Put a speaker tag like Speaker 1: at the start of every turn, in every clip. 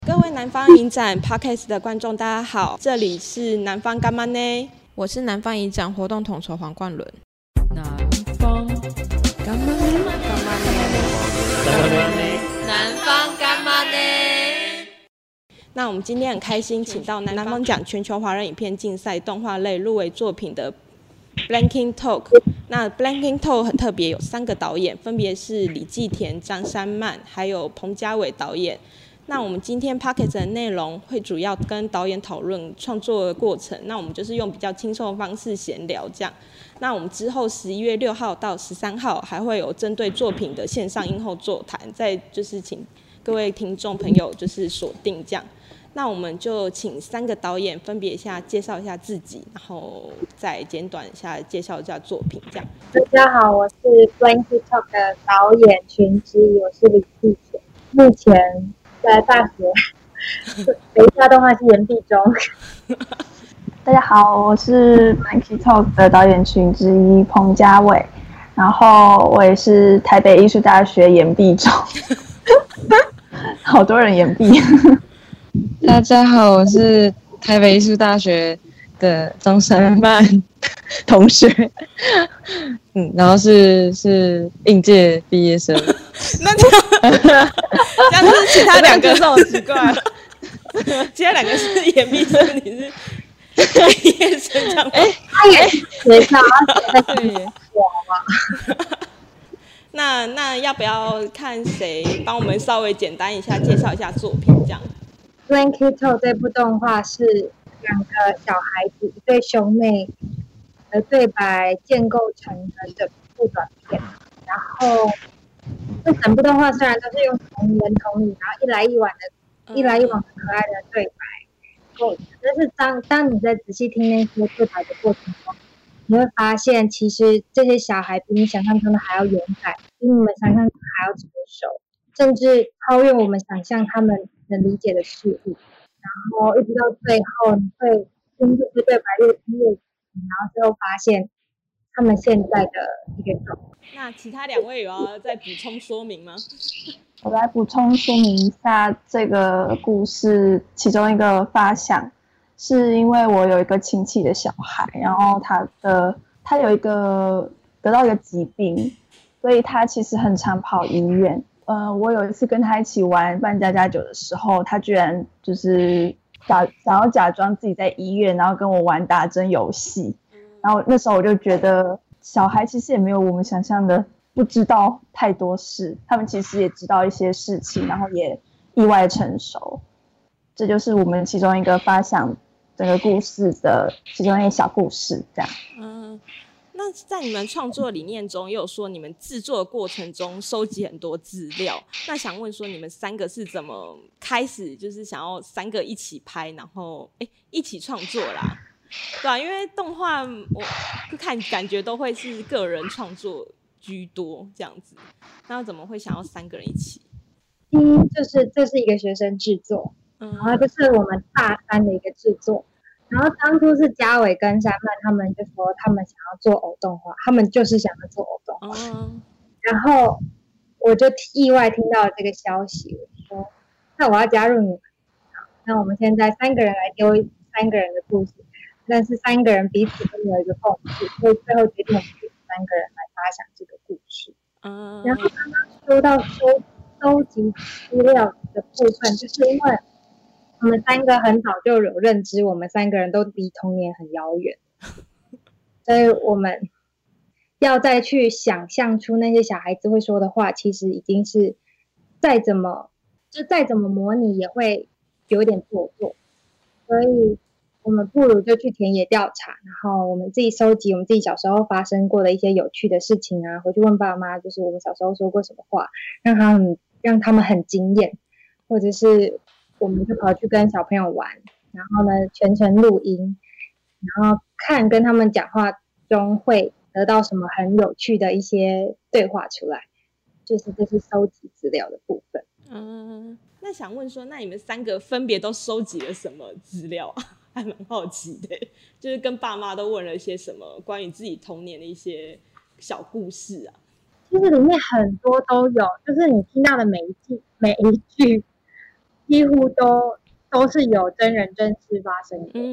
Speaker 1: 各位南方影展 Podcast 的观众大家好，这里是南方干妈呢，
Speaker 2: 我是南方影展活动统筹黄冠伦。
Speaker 3: 南方干妈呢，
Speaker 4: 南方干妈呢。
Speaker 1: 那我们今天很开心请到南方奖全球华人影片竞赛动画类入围作品的 Blanking Talk。 那 Blanking Talk 很特别，有3个导演，分别是李继田、张山曼还有彭家伟导演。那我们今天 Podcast 的内容会主要跟导演讨论创作的过程，那我们就是用比较轻松的方式闲聊这样。那我们之后11月6号到13号还会有针对作品的线上映后座谈，再就是请各位听众朋友就是锁定这样。那我们就请3个导演分别介绍一下自己，然后再简短一下介绍一下作品这样。
Speaker 5: 大家好，我是 Blanking Talk 的导演群之一，我是李继田，目前在大学北艺大动画系研毕中。
Speaker 6: 大家好，我是 Blanking Talk 的导演群之一彭家伟，然后我也是台北艺术大学研毕中。好多人研毕。
Speaker 3: 大家好，我是台北艺术大学的张山曼同学，然后是应届毕业生。
Speaker 1: 那这样是其他2个
Speaker 3: 好奇怪了，
Speaker 1: 其他2个是研毕生，你是毕业生这样吗？
Speaker 5: 他也是学校，
Speaker 3: 对耶，
Speaker 5: 我嘛。
Speaker 1: 那要不要看谁帮我们稍微简单一下介绍一下作品这样？
Speaker 5: Blanking Talk 这部动画是2个小孩子，一对兄妹的对白建构成的整部短片。然后这整部动画虽然都是用童言童语，然后一来一往的可爱的对白，但是当你在仔细听那些对白的过程中，你会发现其实这些小孩比你想象中的还要勇敢，比你们想象中的还要成熟，甚至超越我们想象他们能理解的事物。然后一直到最后，你会听这些对白越听越仔细，然后最后发现他们现在的一个状态。
Speaker 1: 那其他2位有要再补充说明吗？
Speaker 6: 我来补充说明一下这个故事其中一个发想，是因为我有一个亲戚的小孩，然后他有得到一个疾病，所以他其实很常跑医院。我有一次跟他一起玩扮家家酒的时候，他居然就是想要假装自己在医院，然后跟我玩打针游戏。然后那时候我就觉得小孩其实也没有我们想象的不知道太多事，他们其实也知道一些事情，然后也意外成熟。这就是我们其中一个发想整个故事的其中一个小故事这样。
Speaker 1: 那在你们创作理念中也有说你们制作的过程中收集很多资料，那想问说你们3个是怎么开始就是想要3个一起拍，然后一起创作啦？对啊，因为动画我感觉都会是个人创作居多这样子，那怎么会想要3个人一起？
Speaker 5: 就是这是一个学生制作，然后这是我们大3的一个制作。然后当初是家伟跟山曼他们就说他们想要做偶动画，他们就是想要做偶动画。然后我就意外听到这个消息，我就说那我要加入你们。那我们现在3个人来丢3个人的故事，但是3个人彼此都没有一个共识，所以最后决定我们3个人来发想这个故事。然后刚刚说到收集资料的部分，就是因为我们3个很早就有认知，我们3个人都离童年很遥远，所以我们要再去想象出那些小孩子会说的话，其实已经是再怎么模拟也会有点做作，所以我们不如就去田野调查，然后我们自己收集我们自己小时候发生过的一些有趣的事情啊，回去问爸妈，就是我们小时候说过什么话，让他们很惊艳，或者是我们就跑去跟小朋友玩，然后呢全程录音，然后看跟他们讲话中会得到什么很有趣的一些对话出来，就是这是收集资料的部分。
Speaker 1: 那想问说，那你们3个分别都收集了什么资料啊？还蛮好奇的，就是跟爸妈都问了一些什么关于自己童年的一些小故事啊。
Speaker 5: 其实里面很多都有，就是你听到的每一句几几乎都是有真人真事发生的。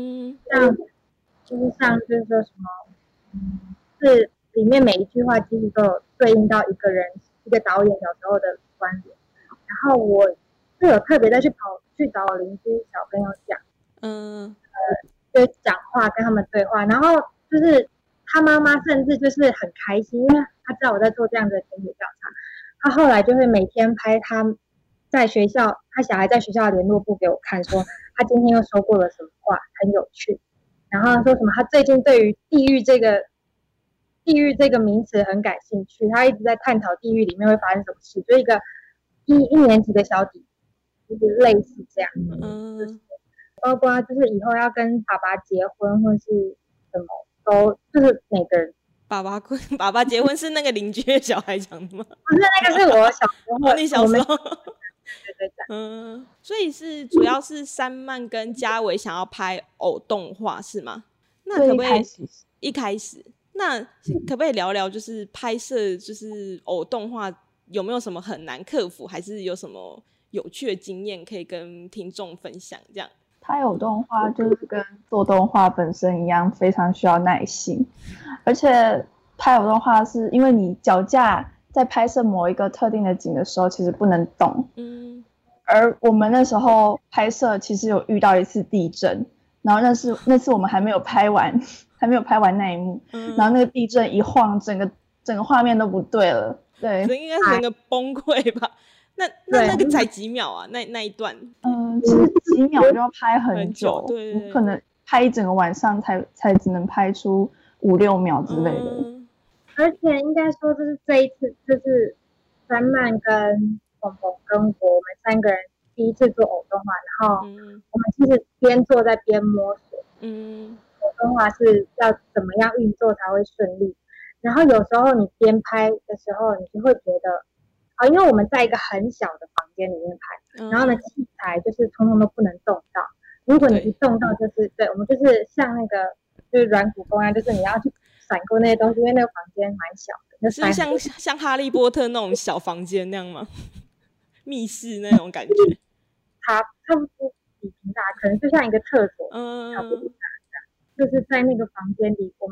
Speaker 5: 像就是说什么，是里面每一句话几乎都有对应到一个导演小时候的观点。然后我是有特别再去找我邻居小朋友讲，就讲话跟他们对话，然后就是他妈妈甚至就是很开心，因为他知道我在做这样的田野调查，他后来就会每天拍他小孩在学校的联络簿给我看，说他今天又说过了什么话，很有趣。然后说什么他最近对于地狱这个名词很感兴趣，他一直在探讨地狱里面会发生什么事，就一个一年级的小弟，就是类似这样。就是包括就是以后要跟爸爸结婚或是什么，都就是每个人。
Speaker 1: 爸爸结婚是那个邻居的小孩讲的吗？
Speaker 5: 不是，那个是我小时候。
Speaker 1: 你小时候。
Speaker 5: 对。
Speaker 1: 所以是主要是山曼跟嘉伟想要拍偶动画是吗？那可不可以一开始？那可不可以聊聊就是拍摄就是偶动画有没有什么很难克服，还是有什么有趣的经验可以跟听众分享？这样
Speaker 6: 拍偶动画就是跟做动画本身一样，非常需要耐心，而且拍偶动画是因为你脚架在拍摄某一个特定的景的时候其实不能动，而我们那时候拍摄其实有遇到一次地震，然后那次我们还没有拍完那一幕，然后那个地震一晃，整个画面都不对了，对，
Speaker 1: 这应该是整个崩溃吧？那个才几秒啊？那一段，
Speaker 6: 其实几秒就要拍很久，
Speaker 1: 对，
Speaker 6: 可能拍一整个晚上才只能拍出5-6秒之类的。
Speaker 5: 而且应该说，就是这一次，就是山曼跟鹏鹏跟我们3个人第一次做偶动画，然后我们其实边做在边摸索，偶动画是要怎么样运作才会顺利。然后有时候你边拍的时候，你就会觉得，因为我们在一个很小的房间里面拍，然后呢器材就是通通都不能动到，如果你一动到就是对，我们就是像那个就是软骨功一样，就是你要去闪过那些东西，因为那个房间蛮小的，
Speaker 1: 是像哈利波特那种小房间那样吗？密室那种感觉，
Speaker 5: 差不多比平大，可能就像一个厕所，差不多大，就是在那个房间里，我们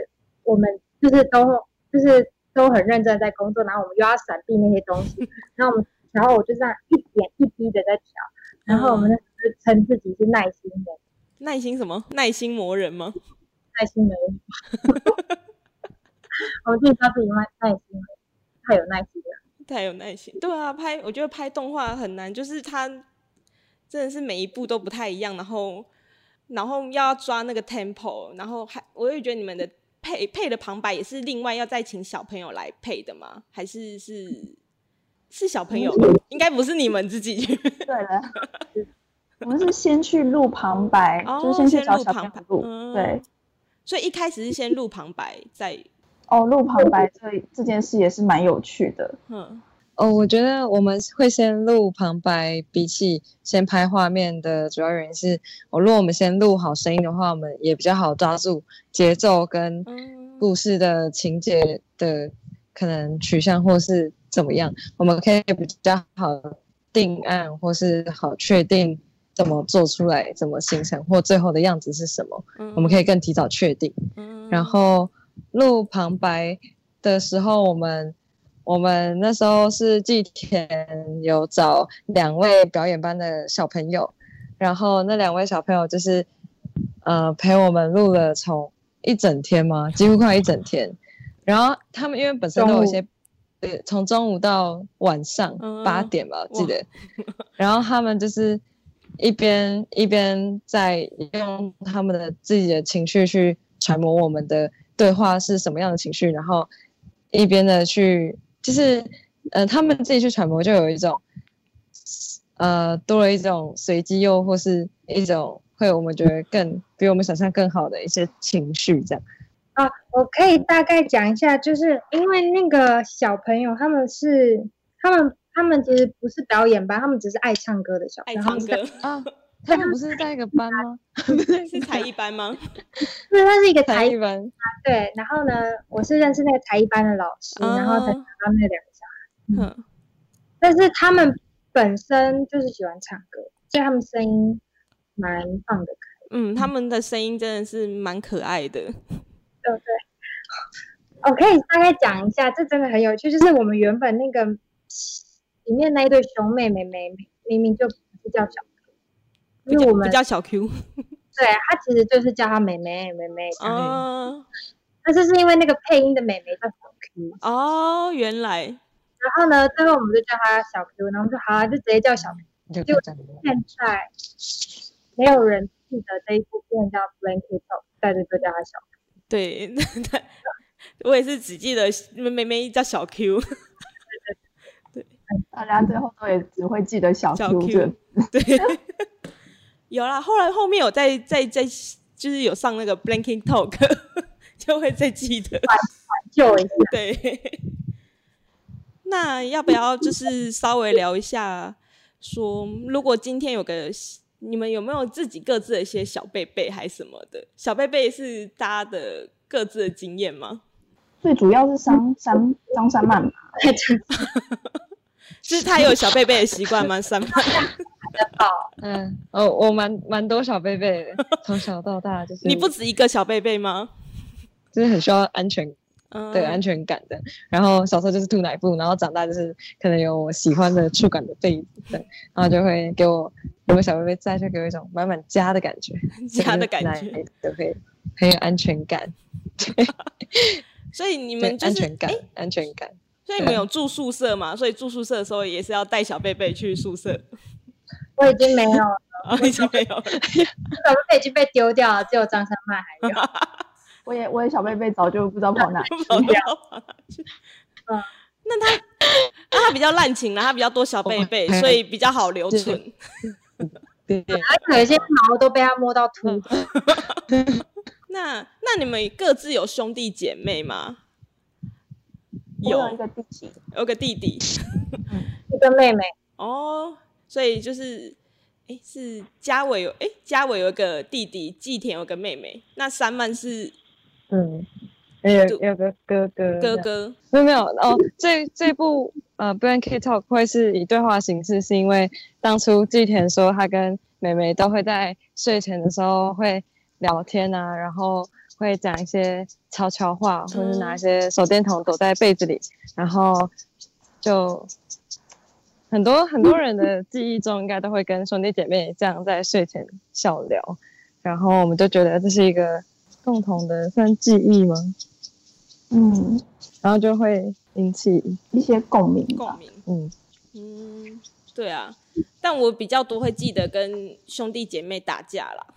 Speaker 5: 都很认真在工作，然后我们又要闪避那些东西，然后我就这样一点一滴的在调，然后我们就称自己是耐心人。
Speaker 1: 耐心什么？耐心魔人吗？
Speaker 5: 耐心人。我自己叫自己耐心人，太有耐心了。
Speaker 1: 太有耐心，对啊，我觉得拍动画很难，就是它真的是每一步都不太一样，然后要抓那个 tempo， 然后我也觉得你们的配的旁白也是另外要再请小朋友来配的吗？还是小朋友？应该不是你们自己去。
Speaker 6: 对了，我们是先去录旁白，就是先去找小朋友录，对。
Speaker 1: 所以一开始是先录旁白，再
Speaker 6: 录旁白这件事也是蛮有趣的。
Speaker 3: 我觉得我们会先录旁白，比起先拍画面的主要原因是，如果我们先录好声音的话，我们也比较好抓住节奏跟故事的情节的可能取向或是怎么样，我们可以比较好定案或是好确定怎么做出来，怎么形成或最后的样子是什么，我们可以更提早确定。然后录旁白的时候，我们那时候是季田有找2位表演班的小朋友，然后那2位小朋友就是陪我们录了从一整天嘛，几乎快一整天。然后他们因为本身都有一些从中午到晚上8点吧，我记得。然后他们就是一边在用他们的自己的情绪去揣摩我们的对话是什么样的情绪，然后一边的去就是他们自己去揣摩，就有一种多了一种随机又或是一种会我们觉得更比我们想象更好的一些情绪这样。
Speaker 5: 我可以大概讲一下，就是因为那个小朋友他们其实不是表演班，他们只是爱唱歌的小朋友。
Speaker 1: 爱唱歌
Speaker 3: 他们不是在一个班吗？
Speaker 1: 是才艺班吗？
Speaker 5: 是，他是一个
Speaker 3: 才艺班。
Speaker 5: 对，然后呢，我是认识那个才艺班的老师，然后才找到那2个小孩。但是他们本身就是喜欢唱歌， 所以他们声音蛮放得开。
Speaker 1: 他们的声音真的是蛮可爱的。
Speaker 5: 对对。我可以大概讲一下，这真的很有趣，就是我们原本那个里面那一对兄妹妹妹明明就不是叫小 Q， 就是我们
Speaker 1: 不叫小 Q，
Speaker 5: 对，他其实就是叫他妹妹妹妹这样。但是因为那个配音的妹妹叫小 Q
Speaker 1: 哦，原来。
Speaker 5: 然后呢，最后我们就叫他小 Q， 然后我们就好就直接叫小 Q。就现在没有人记得这一部片叫 Blanket Talk， 在这就叫他小 Q。
Speaker 1: 对，我也是只记得妹妹叫小 Q。
Speaker 6: 对，大家最后都也只会记得小 Q
Speaker 1: 对，有啦，后面有在就是有上那个 Blanking Talk， 就会再记得
Speaker 5: 挽救一下。
Speaker 1: 对，那要不要就是稍微聊一下，说如果今天你们有没有自己各自的一些小贝贝还是什么的？小贝贝是大家的各自的经验吗？
Speaker 6: 最主要是张三曼吧。
Speaker 1: 就是他有小贝贝的习惯吗？三曼。
Speaker 3: 我蛮多小贝贝的，从小到大就是。
Speaker 1: 你不止一个小贝贝吗？
Speaker 3: 就是很需要安全感的。然后小时候就是吐奶布，然后长大就是可能有我喜欢的触感的被子，对，然后就会给我小贝贝在，就给我一种满满家的感觉，
Speaker 1: 家的感觉，
Speaker 3: 就会很有安全感。
Speaker 1: 所以你们就是
Speaker 3: 安全感。
Speaker 1: 所以你们有住宿舍嘛？所以住宿舍的时候也是要带小贝贝去宿舍。
Speaker 5: 我已经没有了，
Speaker 1: 已经没有了，
Speaker 5: 小贝贝已经被丢掉了，只有张三曼还有。
Speaker 6: 我也小贝贝早就不知道跑哪去。
Speaker 1: 那他比较滥情啦，他比较多小贝贝，所以比较好留存。
Speaker 5: 对，而且有些毛都被他摸到秃。
Speaker 1: 那你们各自有兄弟姐妹吗？
Speaker 6: 有一个弟弟，
Speaker 1: 有个弟弟，
Speaker 5: 一个妹妹。
Speaker 1: 哦，所以就是是嘉伟有一个弟弟，季田有个妹妹，那三曼是
Speaker 3: 有个哥哥没有哦。这部Blanket Talk 会是以对话形式，是因为当初季田说他跟妹妹都会在睡前的时候会聊天啊，然后会讲一些悄悄话，或是拿一些手电筒躲在被子里，然后就很多人的记忆中应该都会跟兄弟姐妹这样在睡前笑聊，然后我们就觉得这是一个共同的算记忆吗？然后就会引起
Speaker 6: 一些共鸣。
Speaker 1: 对啊，但我比较多会记得跟兄弟姐妹打架啦。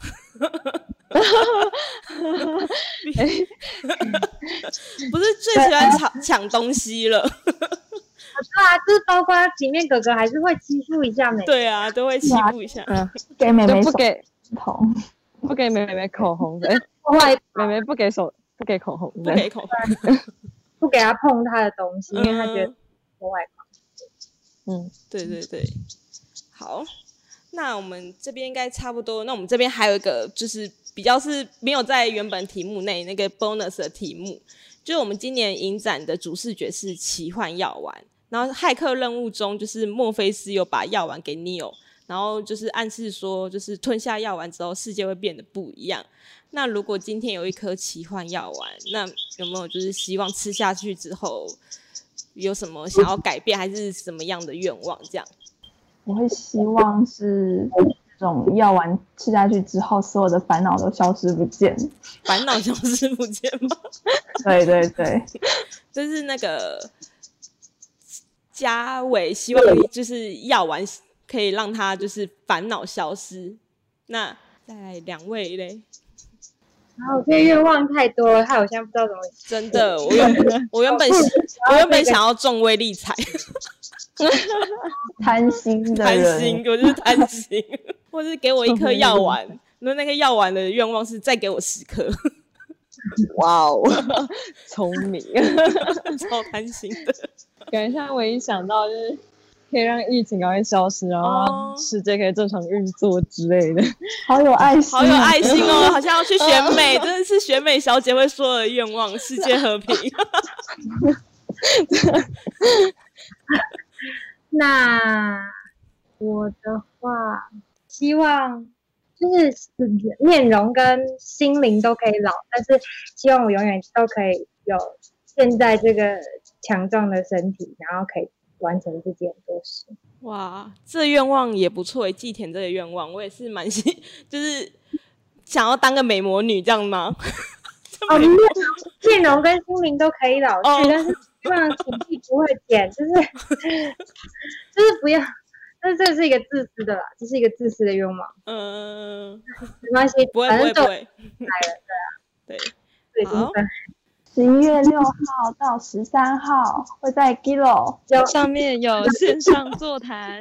Speaker 1: 不是最喜欢抢东西了。
Speaker 5: 对啊，就是包括里面哥哥还是会欺负一下妹妹。
Speaker 1: 对啊，都会欺负一下。
Speaker 6: 给妹妹
Speaker 3: 不给妹妹口红的，妹妹不给口红的，
Speaker 5: 不给他碰他的东西，因为他觉得破坏狂。
Speaker 1: 对，好，那我们这边应该差不多。那我们这边还有一个就是比较是没有在原本题目内那个 bonus 的题目，就是我们今年影展的主视觉是奇幻药丸，然后骇客任务中就是墨菲斯有把药丸给 Neo， 然后就是暗示说就是吞下药丸之后世界会变得不一样。那如果今天有一颗奇幻药丸，那有没有就是希望吃下去之后有什么想要改变还是什么样的愿望这样？
Speaker 6: 我会希望是这种药丸吃下去之后所有的烦恼都消失不见。
Speaker 1: 烦恼消失不见吗？
Speaker 6: 对，
Speaker 1: 就是那个嘉伟希望就是药丸可以让他就是烦恼消失。那再来两位嘞？
Speaker 5: 然后我这愿望太多了，害我现在不知道怎么。
Speaker 1: 真的，我原本想要中威力彩。
Speaker 6: 贪心的人，
Speaker 1: 我就是贪心，或是给我一颗药丸，那个药丸的愿望是再给我10颗。
Speaker 3: 哇哦，聪明，
Speaker 1: 超贪心的。
Speaker 3: 感觉现在唯一想到就是可以让疫情赶快消失，然后世界可以正常运作之类的。
Speaker 6: 好有爱心，
Speaker 1: 好有爱心哦！好像要去选美，真的是选美小姐会说的愿望，世界和平。
Speaker 5: 那我的话， 希望就是面容跟心灵都可以老，但是希望我永远都可以有现在这个强壮的身体，然后可以完成自己很多事。
Speaker 1: 哇，这愿望也不错，祭田这个愿望我也是蛮就是想要当个美魔女这样吗？
Speaker 5: 面容跟心灵都可以老去，但是希望体力不会减，就是不要。但是这是一个自私的啦，这是一个自私的愿望。没关系，
Speaker 1: 不会，
Speaker 5: 来了，对
Speaker 1: 啊，对，
Speaker 5: 好。
Speaker 6: 11月6号到13号会在 Gilo
Speaker 3: 上面有线上座谈，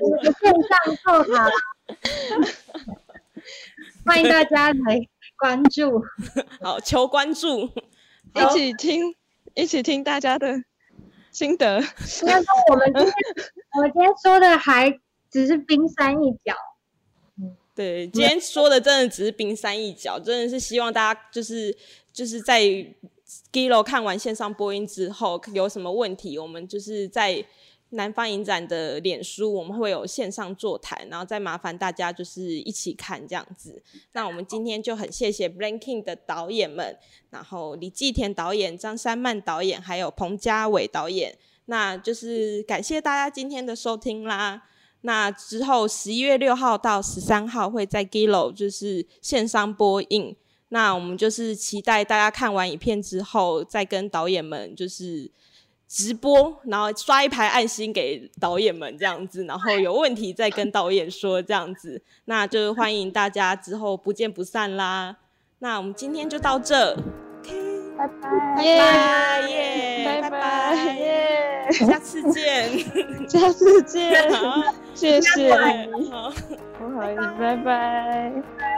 Speaker 5: 欢迎大家来关注。
Speaker 1: 好，求关注，
Speaker 3: 一起听大家的心得。
Speaker 5: 应该说我们今天说的还只是冰山一角。
Speaker 1: 对，今天说的真的只是冰山一角，真的是希望大家就是在 Gilo 看完线上播音之后，有什么问题，我们就是在南方影展的脸书，我们会有线上座谈，然后再麻烦大家就是一起看这样子。那我们今天就很谢谢 BLANK-INK 的导演们，然后李继田导演、张珊曼导演，还有彭家伟导演。那就是感谢大家今天的收听啦。那之后11月6号到13号会在 Gilo 就是线上播映。那我们就是期待大家看完影片之后，再跟导演们就是直播，然后刷一排爱心给导演们这样子，然后有问题再跟导演说这样子。那就欢迎大家之后不见不散啦。那我们今天就到这，
Speaker 6: 拜拜，
Speaker 1: 耶，
Speaker 3: 拜拜，耶，
Speaker 1: 下次见，
Speaker 3: 下次见，谢谢你，
Speaker 1: 好，
Speaker 3: 不好意思，拜拜。